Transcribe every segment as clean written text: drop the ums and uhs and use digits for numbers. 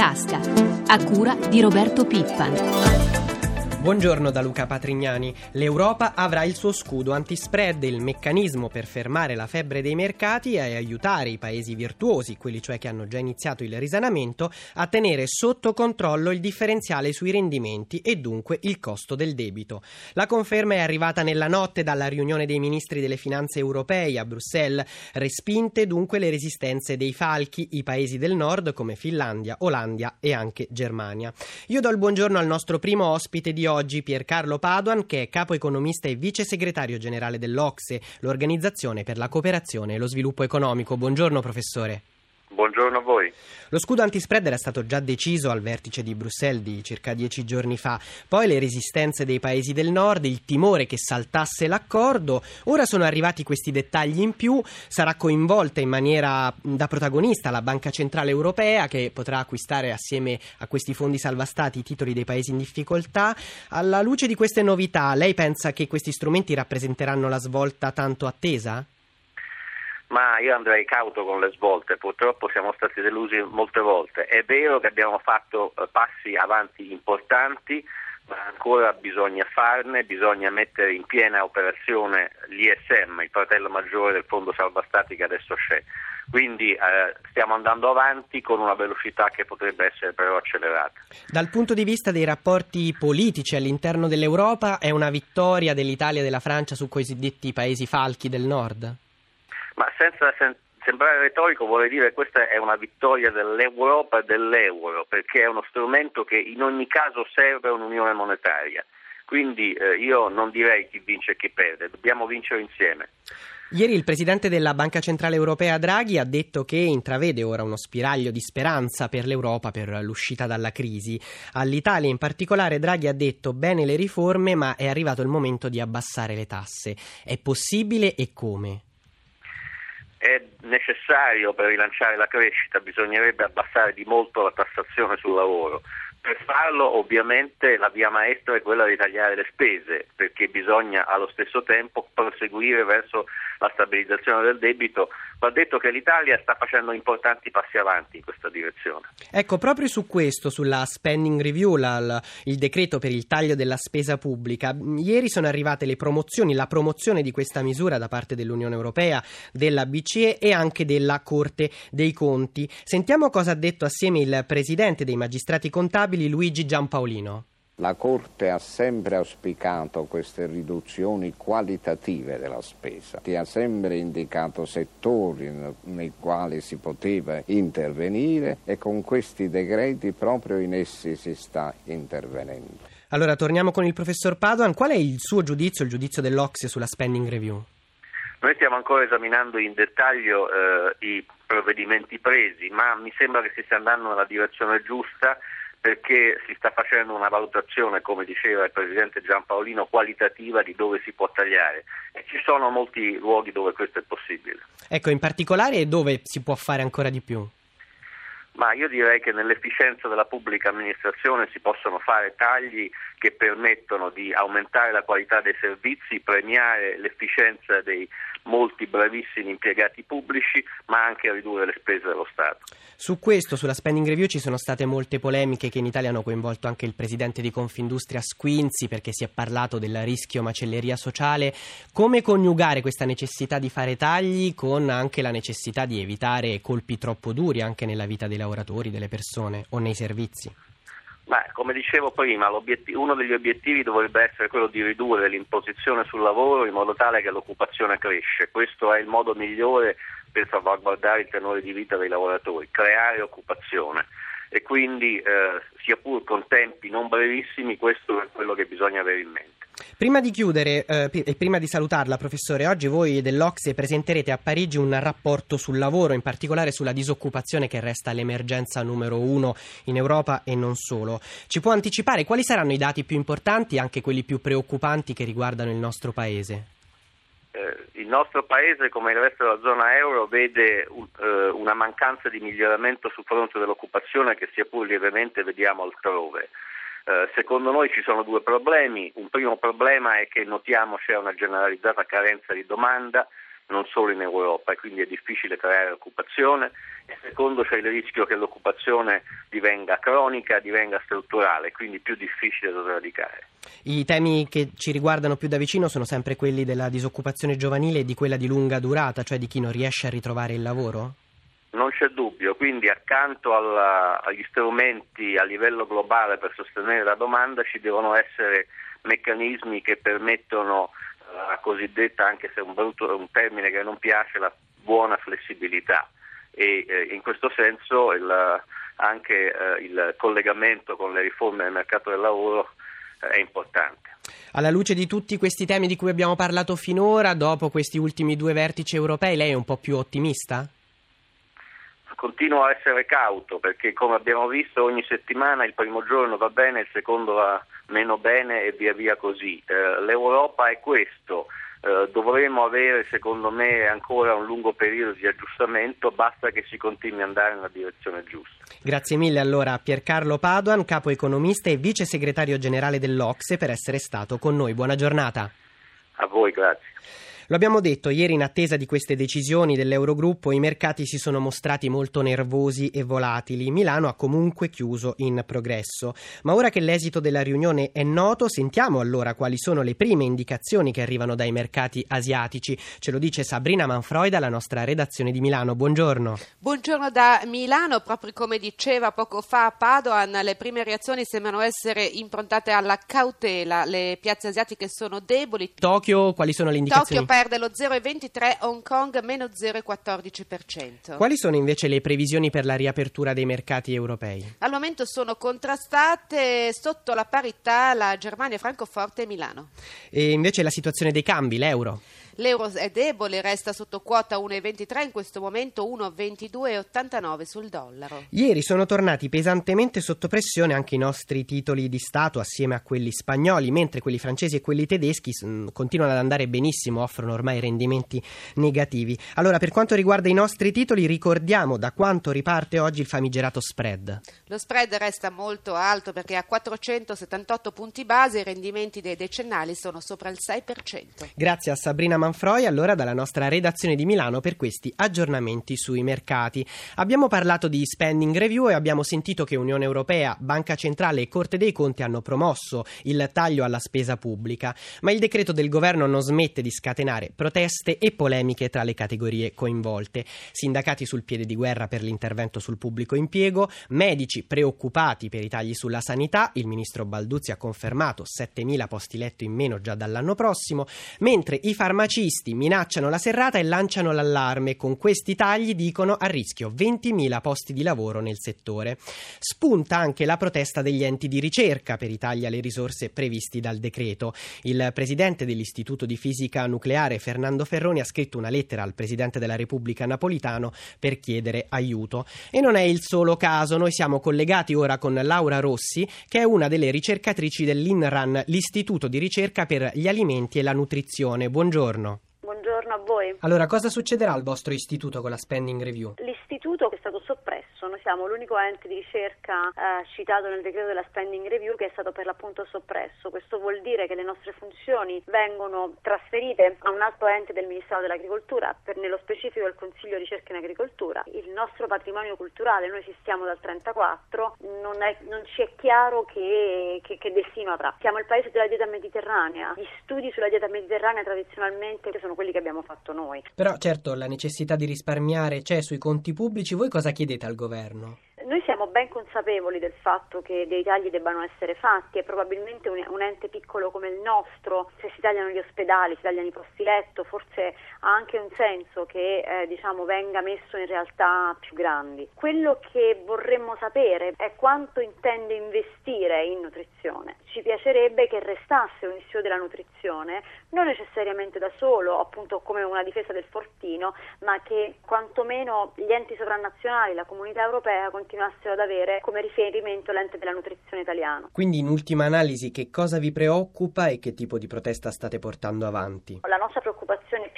tasca, a cura di Roberto Pippan. Buongiorno da Luca Patrignani. L'Europa avrà il suo scudo antispread, il meccanismo per fermare la febbre dei mercati e aiutare i paesi virtuosi, quelli cioè che hanno già iniziato il risanamento, a tenere sotto controllo il differenziale sui rendimenti e dunque il costo del debito. La conferma è arrivata nella notte dalla riunione dei ministri delle finanze europei a Bruxelles, respinte dunque le resistenze dei falchi, i paesi del nord come Finlandia, Olanda e anche Germania. Io do il buongiorno al nostro primo ospite di oggi, Piercarlo Padoan, che è capo economista e vice segretario generale dell'OCSE, l'Organizzazione per la cooperazione e lo sviluppo economico. Buongiorno professore. Buongiorno a voi. Lo scudo antispread era stato già deciso al vertice di Bruxelles di circa 10 giorni fa, poi le resistenze dei paesi del nord, il timore che saltasse l'accordo, ora sono arrivati questi dettagli in più, sarà coinvolta in maniera da protagonista la Banca Centrale Europea che potrà acquistare assieme a questi fondi salvastati i titoli dei paesi in difficoltà. Alla luce di queste novità, lei pensa che questi strumenti rappresenteranno la svolta tanto attesa? Ma io andrei cauto con le svolte, purtroppo siamo stati delusi molte volte. È vero che abbiamo fatto passi avanti importanti, ma ancora bisogna farne, bisogna mettere in piena operazione l'ISM, il fratello maggiore del fondo salva stati che adesso c'è. Quindi stiamo andando avanti con una velocità che potrebbe essere però accelerata. Dal punto di vista dei rapporti politici all'interno dell'Europa, è una vittoria dell'Italia e della Francia su cosiddetti paesi falchi del nord? Ma senza sembrare retorico vorrei dire che questa è una vittoria dell'Europa e dell'euro, perché è uno strumento che in ogni caso serve a un'unione monetaria. Quindi io non direi chi vince e chi perde, dobbiamo vincere insieme. Ieri il presidente della Banca Centrale Europea Draghi ha detto che intravede ora uno spiraglio di speranza per l'Europa per l'uscita dalla crisi. All'Italia in particolare Draghi ha detto bene le riforme, ma è arrivato il momento di abbassare le tasse. È possibile e come? È necessario per rilanciare la crescita, bisognerebbe abbassare di molto la tassazione sul lavoro. Per farlo ovviamente la via maestra è quella di tagliare le spese, perché bisogna allo stesso tempo proseguire verso la stabilizzazione del debito. Va detto che l'Italia sta facendo importanti passi avanti in questa direzione. Ecco, proprio su questo, sulla spending review, il decreto per il taglio della spesa pubblica, ieri sono arrivate le promozioni, la promozione di questa misura da parte dell'Unione Europea, della BCE e anche della Corte dei Conti. Sentiamo cosa ha detto assieme il presidente dei magistrati contabili, Luigi Giampaolino. La Corte ha sempre auspicato queste riduzioni qualitative della spesa, ti ha sempre indicato settori nei quali si poteva intervenire e con questi decreti proprio in essi si sta intervenendo. Allora torniamo con il professor Padoan, qual è il suo giudizio, il giudizio dell'OCSE sulla spending review? Noi stiamo ancora esaminando in dettaglio i provvedimenti presi, ma mi sembra che si stia andando nella direzione giusta, perché si sta facendo una valutazione, come diceva il presidente Giampaolino, qualitativa di dove si può tagliare e ci sono molti luoghi dove questo è possibile. Ecco, in particolare dove si può fare ancora di più? Ma io direi che nell'efficienza della pubblica amministrazione si possono fare tagli che permettono di aumentare la qualità dei servizi, premiare l'efficienza dei molti bravissimi impiegati pubblici, ma anche ridurre le spese dello Stato. Su questo, sulla spending review, ci sono state molte polemiche che in Italia hanno coinvolto anche il presidente di Confindustria Squinzi, perché si è parlato del rischio macelleria sociale. Come coniugare questa necessità di fare tagli con anche la necessità di evitare colpi troppo duri anche nella vita dei lavoratori, delle persone o nei servizi? Ma come dicevo prima, uno degli obiettivi dovrebbe essere quello di ridurre l'imposizione sul lavoro in modo tale che l'occupazione cresce. Questo è il modo migliore per salvaguardare il tenore di vita dei lavoratori, creare occupazione. E quindi, sia pur con tempi non brevissimi, questo è quello che bisogna avere in mente. Prima di chiudere e prima di salutarla, professore, oggi voi dell'OCSE presenterete a Parigi un rapporto sul lavoro, in particolare sulla disoccupazione che resta l'emergenza numero 1 in Europa e non solo. Ci può anticipare quali saranno i dati più importanti e anche quelli più preoccupanti che riguardano il nostro Paese? Il nostro Paese, come il resto della zona euro, vede una mancanza di miglioramento sul fronte dell'occupazione che sia pur lievemente vediamo altrove. Secondo noi ci sono due problemi. Un primo problema è che notiamo c'è una generalizzata carenza di domanda, non solo in Europa, e quindi è difficile creare occupazione. E secondo, c'è il rischio che l'occupazione divenga cronica, divenga strutturale, quindi più difficile da sradicare. I temi che ci riguardano più da vicino sono sempre quelli della disoccupazione giovanile e di quella di lunga durata, cioè di chi non riesce a ritrovare il lavoro? Non c'è dubbio, quindi accanto agli strumenti a livello globale per sostenere la domanda ci devono essere meccanismi che permettono la cosiddetta, anche se è un termine che non piace, la buona flessibilità, e in questo senso anche il collegamento con le riforme del mercato del lavoro è importante. Alla luce di tutti questi temi di cui abbiamo parlato finora, dopo questi ultimi 2 vertici europei, lei è un po' più ottimista? Continuo a essere cauto, perché come abbiamo visto ogni settimana il primo giorno va bene, il secondo va meno bene e via via così. L'Europa è questo, dovremo avere secondo me ancora un lungo periodo di aggiustamento, basta che si continui ad andare nella direzione giusta. Grazie mille allora a Piercarlo Padoan, capo economista e vice segretario generale dell'OCSE, per essere stato con noi. Buona giornata. A voi, grazie. Lo abbiamo detto, ieri in attesa di queste decisioni dell'Eurogruppo i mercati si sono mostrati molto nervosi e volatili. Milano ha comunque chiuso in progresso. Ma ora che l'esito della riunione è noto, sentiamo allora quali sono le prime indicazioni che arrivano dai mercati asiatici. Ce lo dice Sabrina Manfroi dalla nostra redazione di Milano. Buongiorno. Buongiorno da Milano. Proprio come diceva poco fa Padoan, le prime reazioni sembrano essere improntate alla cautela. Le piazze asiatiche sono deboli. Tokyo, quali sono le indicazioni? Perde lo 0,23, Hong Kong meno 0,14%. Quali sono invece le previsioni per la riapertura dei mercati europei? Al momento sono contrastate, sotto la parità la Germania, Francoforte e Milano. E invece la situazione dei cambi, l'euro? L'euro è debole, resta sotto quota 1,23, in questo momento 1,22,89 sul dollaro. Ieri sono tornati pesantemente sotto pressione anche i nostri titoli di Stato assieme a quelli spagnoli, mentre quelli francesi e quelli tedeschi continuano ad andare benissimo, offrono ormai rendimenti negativi. Allora, per quanto riguarda i nostri titoli, ricordiamo da quanto riparte oggi il famigerato spread. Lo spread resta molto alto perché a 478 punti base i rendimenti dei decennali sono sopra il 6%. Grazie a Sabrina Manfroi, allora dalla nostra redazione di Milano, per questi aggiornamenti sui mercati. Abbiamo parlato di spending review e abbiamo sentito che Unione Europea, Banca Centrale e Corte dei Conti hanno promosso il taglio alla spesa pubblica, ma il decreto del governo non smette di scatenare proteste e polemiche tra le categorie coinvolte. Sindacati sul piede di guerra per l'intervento sul pubblico impiego, medici preoccupati per i tagli sulla sanità, il ministro Balduzzi ha confermato 7.000 posti letto in meno già dall'anno prossimo, mentre i farmacisti minacciano la serrata e lanciano l'allarme. Con questi tagli, dicono, a rischio 20.000 posti di lavoro nel settore. Spunta anche la protesta degli enti di ricerca per i tagli alle risorse previsti dal decreto. Il presidente dell'Istituto di Fisica Nucleare, Fernando Ferroni, ha scritto una lettera al presidente della Repubblica Napolitano per chiedere aiuto. E non è il solo caso. Noi siamo collegati ora con Laura Rossi, che è una delle ricercatrici dell'INRAN, l'Istituto di ricerca per gli alimenti e la nutrizione. Buongiorno. Buongiorno a voi. Allora, cosa succederà al vostro istituto con la spending review? L'istituto è stato soppresso, noi siamo l'unico ente di ricerca citato nel decreto della spending review che è stato per l'appunto soppresso. Questo vuol dire che le nostre funzioni vengono trasferite a un altro ente del Ministero dell'Agricoltura, nello specifico il Consiglio Ricerca in Agricoltura. Il nostro patrimonio culturale, noi esistiamo dal 1934, non ci è chiaro che destino avrà. Siamo il paese della dieta mediterranea, gli studi sulla dieta mediterranea tradizionalmente sono quelli che abbiamo fatto noi. Però certo la necessità di risparmiare c'è sui conti pubblici, voi cosa chiedete al governo? Noi siamo ben consapevoli del fatto che dei tagli debbano essere fatti e probabilmente un ente piccolo come il nostro, se si tagliano gli ospedali, si tagliano i posti letto, forse ha anche un senso che venga messo in realtà più grandi. Quello che vorremmo sapere è quanto intende investire in nutrizione. Ci piacerebbe che restasse un Ministero della Nutrizione, non necessariamente da solo, appunto come una difesa del fortino, ma che quantomeno gli enti sovranazionali, la comunità europea continuassero ad avere come riferimento l'ente della nutrizione italiano. Quindi in ultima analisi che cosa vi preoccupa e che tipo di protesta state portando avanti? La nostra preoccupazione più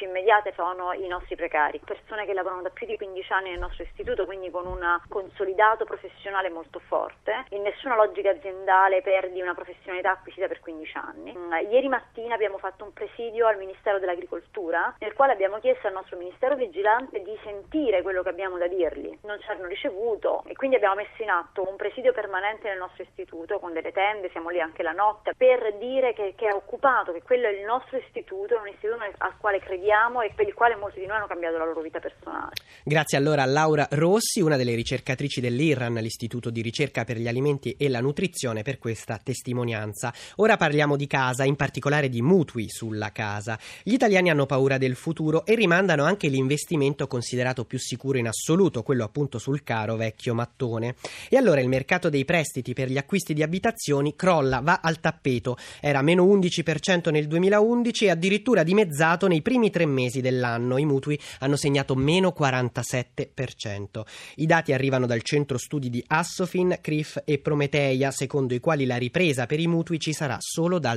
immediate sono i nostri precari, persone che lavorano da più di 15 anni nel nostro istituto, quindi con un consolidato professionale molto forte. In nessuna logica aziendale perdi una professionalità acquisita per 15 anni. Ieri mattina abbiamo fatto un presidio al Ministero dell'Agricoltura, nel quale abbiamo chiesto al nostro Ministero vigilante di sentire quello che abbiamo da dirgli. Non ci hanno ricevuto e quindi abbiamo messo in atto un presidio permanente nel nostro istituto con delle tende, siamo lì anche la notte, per dire che è occupato, che quello è il nostro istituto, è un istituto al quale crediamo e per il quale molti di noi hanno cambiato la loro vita personale. Grazie allora a Laura Rossi, una delle ricercatrici dell'IRRAN, l'Istituto di Ricerca per gli Alimenti e la Nutrizione, per questa testimonianza. Ora parliamo di casa, in particolare di mutui sulla casa. Gli italiani hanno paura del futuro e rimandano anche l'investimento considerato più sicuro in assoluto, quello appunto sul caro vecchio mattone. E allora il mercato dei prestiti per gli acquisti di abitazioni crolla, va al tappeto. Era meno 11% nel 2011 e addirittura dimezzato nei primi 3 mesi dell'anno. I mutui hanno segnato meno 47%. I dati arrivano dal centro studi di Assofin, CRIF e Prometeia, secondo i quali la ripresa per i mutui ci sarà solo dal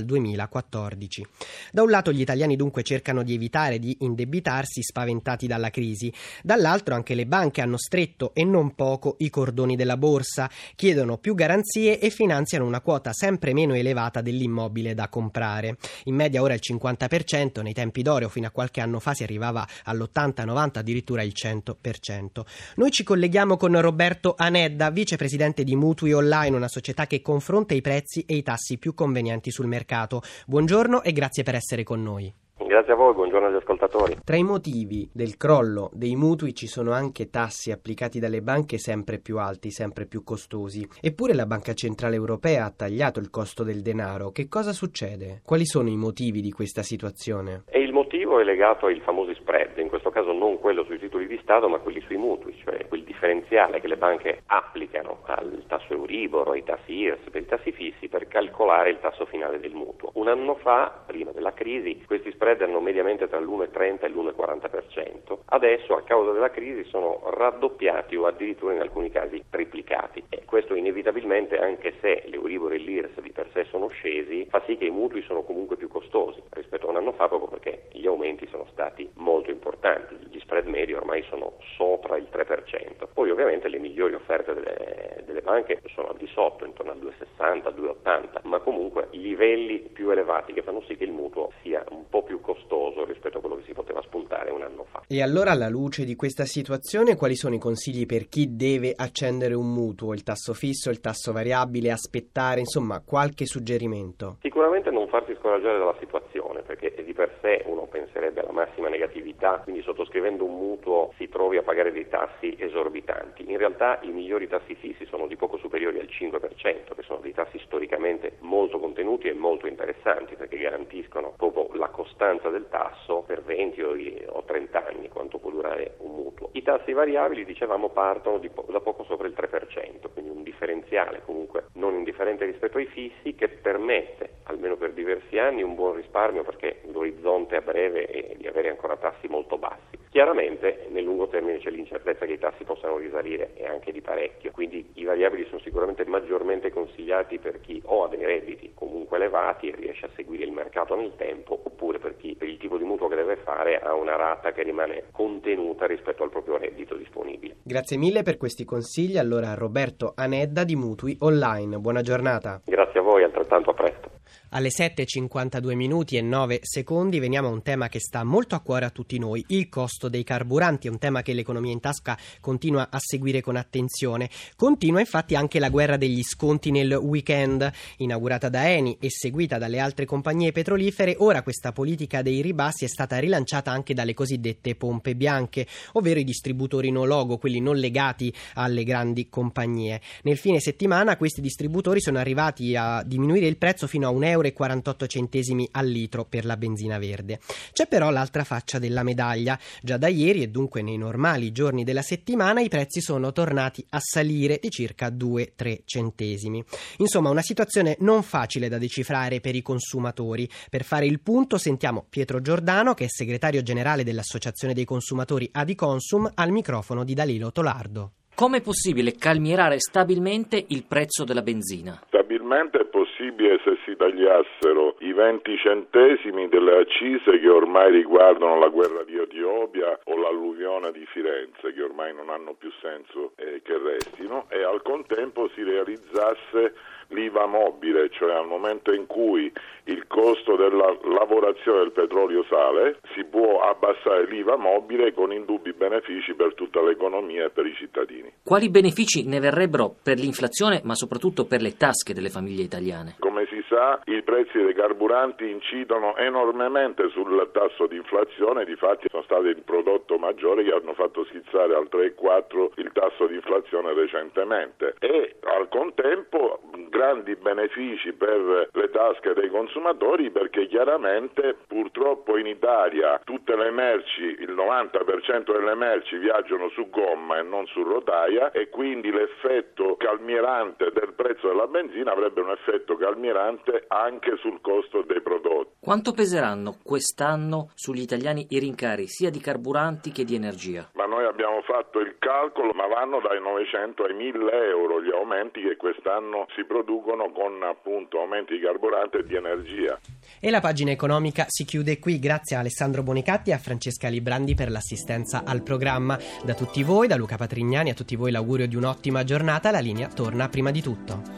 2014. Da un lato gli italiani dunque cercano di evitare di indebitarsi spaventati dalla crisi, dall'altro anche le banche hanno stretto e non poco i cordoni della borsa, chiedono più garanzie e finanziano una quota sempre meno elevata dell'immobile da comprare. In media ora il 50%, nei tempi d'oro fino a qualche anno fa si arrivava all'80-90, addirittura il 100%. Noi ci colleghiamo con Roberto Anedda, vicepresidente di Mutui Online, una società che confronta i prezzi e i tassi più convenienti sul mercato. Buongiorno e grazie per essere con noi. Grazie a voi, buongiorno agli ascoltatori. Tra i motivi del crollo dei mutui ci sono anche tassi applicati dalle banche sempre più alti, sempre più costosi. Eppure la Banca Centrale Europea ha tagliato il costo del denaro. Che cosa succede? Quali sono i motivi di questa situazione? E il motivo è legato ai famosi spread, in questo caso non quello sui titoli di Stato ma quelli sui mutui, cioè quel differenziale che le banche applicano al tasso Euribor, ai tassi IRS, per i tassi fissi per calcolare il tasso finale del mutuo. Un anno fa, prima della crisi, questi spread erano mediamente tra l'1,30 e l'1,40%. Adesso, a causa della crisi, sono raddoppiati o addirittura in alcuni casi triplicati. E questo inevitabilmente, anche se l'Euribor e l'IRS di per sé sono scesi, fa sì che i mutui sono comunque più costosi rispetto a un anno fa, proprio perché gli aumenti sono stati molto importanti. Gli spread medi ormai sono sopra il 3%. Poi ovviamente le migliori offerte delle banche sono al di sotto, intorno al 2,60, 2,80, ma comunque i livelli più elevati che fanno sì che il mutuo sia un po' più costoso rispetto a quello che si poteva spuntare un anno fa. E allora, alla luce di questa situazione, quali sono i consigli per chi deve accendere un mutuo? Il tasso fisso, il tasso variabile, aspettare, insomma, qualche suggerimento? Sicuramente non farsi scoraggiare dalla situazione, perché di per sé uno penserebbe alla massima negatività, quindi sottoscrivendo un mutuo si trovi a pagare dei tassi esorbitanti. In realtà i migliori tassi fissi sono di poco superiori al 5%, che sono dei tassi storicamente molto contenuti e molto interessanti, perché garantiscono proprio la costanza del tasso per 20 o 30 anni, quanto può durare un mutuo. I tassi variabili, dicevamo, partono da poco sopra il 3%, quindi un differenziale comunque non indifferente rispetto ai fissi, che permette, almeno per diversi anni, un buon risparmio, perché l'orizzonte a breve è di avere ancora tassi molto bassi. Chiaramente nel lungo termine c'è l'incertezza che i tassi possano risalire, e anche di parecchio, quindi i variabili sono sicuramente maggiormente consigliati per chi o ha dei redditi comunque elevati e riesce a seguire il mercato nel tempo, oppure per chi, per il tipo di mutuo che deve fare, ha una rata che rimane contenuta rispetto al proprio reddito disponibile. Grazie mille per questi consigli. Allora, Roberto Anedda di Mutui Online, buona giornata. Grazie a voi, altrettanto, a presto. Alle 7:52 minuti e 9 secondi veniamo a un tema che sta molto a cuore a tutti noi, il costo dei carburanti. È un tema che l'economia in tasca continua a seguire con attenzione. Continua infatti anche la guerra degli sconti nel weekend, inaugurata da Eni e seguita dalle altre compagnie petrolifere. Ora questa politica dei ribassi è stata rilanciata anche dalle cosiddette pompe bianche, ovvero i distributori no logo, quelli non legati alle grandi compagnie. Nel fine settimana questi distributori sono arrivati a diminuire il prezzo fino a €1,48 al litro per la benzina verde. C'è però l'altra faccia della medaglia. Già da ieri, e dunque nei normali giorni della settimana, i prezzi sono tornati a salire di circa 2-3 centesimi. Insomma, una situazione non facile da decifrare per i consumatori. Per fare il punto sentiamo Pietro Giordano, che è segretario generale dell'Associazione dei Consumatori Adiconsum, al microfono di Danilo Tolardo. Come è possibile calmierare stabilmente il prezzo della benzina? Stabilmente è possibile se si tagliassero i 20 centesimi delle accise che ormai riguardano la guerra di Etiopia o l'alluvione di Firenze, che ormai non hanno più senso che restino, e al contempo si realizzasse l'IVA mobile, cioè al momento in cui il costo della lavorazione del petrolio sale, si può abbassare l'IVA mobile con indubbi benefici per tutta l'economia e per i cittadini. Quali benefici ne verrebbero per l'inflazione, ma soprattutto per le tasche delle famiglie italiane? Come si sa, i prezzi dei carburanti incidono enormemente sul tasso di inflazione, difatti sono stati il prodotto maggiore che hanno fatto schizzare al 3,4 il tasso di inflazione recentemente, e al contempo grandi benefici per le tasche dei consumatori, perché chiaramente purtroppo in Italia tutte le merci, il 90% delle merci viaggiano su gomma e non su rotaia, e quindi l'effetto calmierante del prezzo della benzina avrebbe un effetto calmierante anche sul costo dei prodotti. Quanto peseranno quest'anno sugli italiani i rincari sia di carburanti che di energia? Ma noi abbiamo fatto il calcolo, ma vanno dai 900 ai 1000 euro gli aumenti che quest'anno si producono con appunto aumenti di carburante e di energia. E la pagina economica si chiude qui, grazie a Alessandro Bonicatti e a Francesca Librandi per l'assistenza al programma. Da tutti voi, da Luca Patrignani, a tutti voi l'augurio di un'ottima giornata. La linea torna prima di tutto.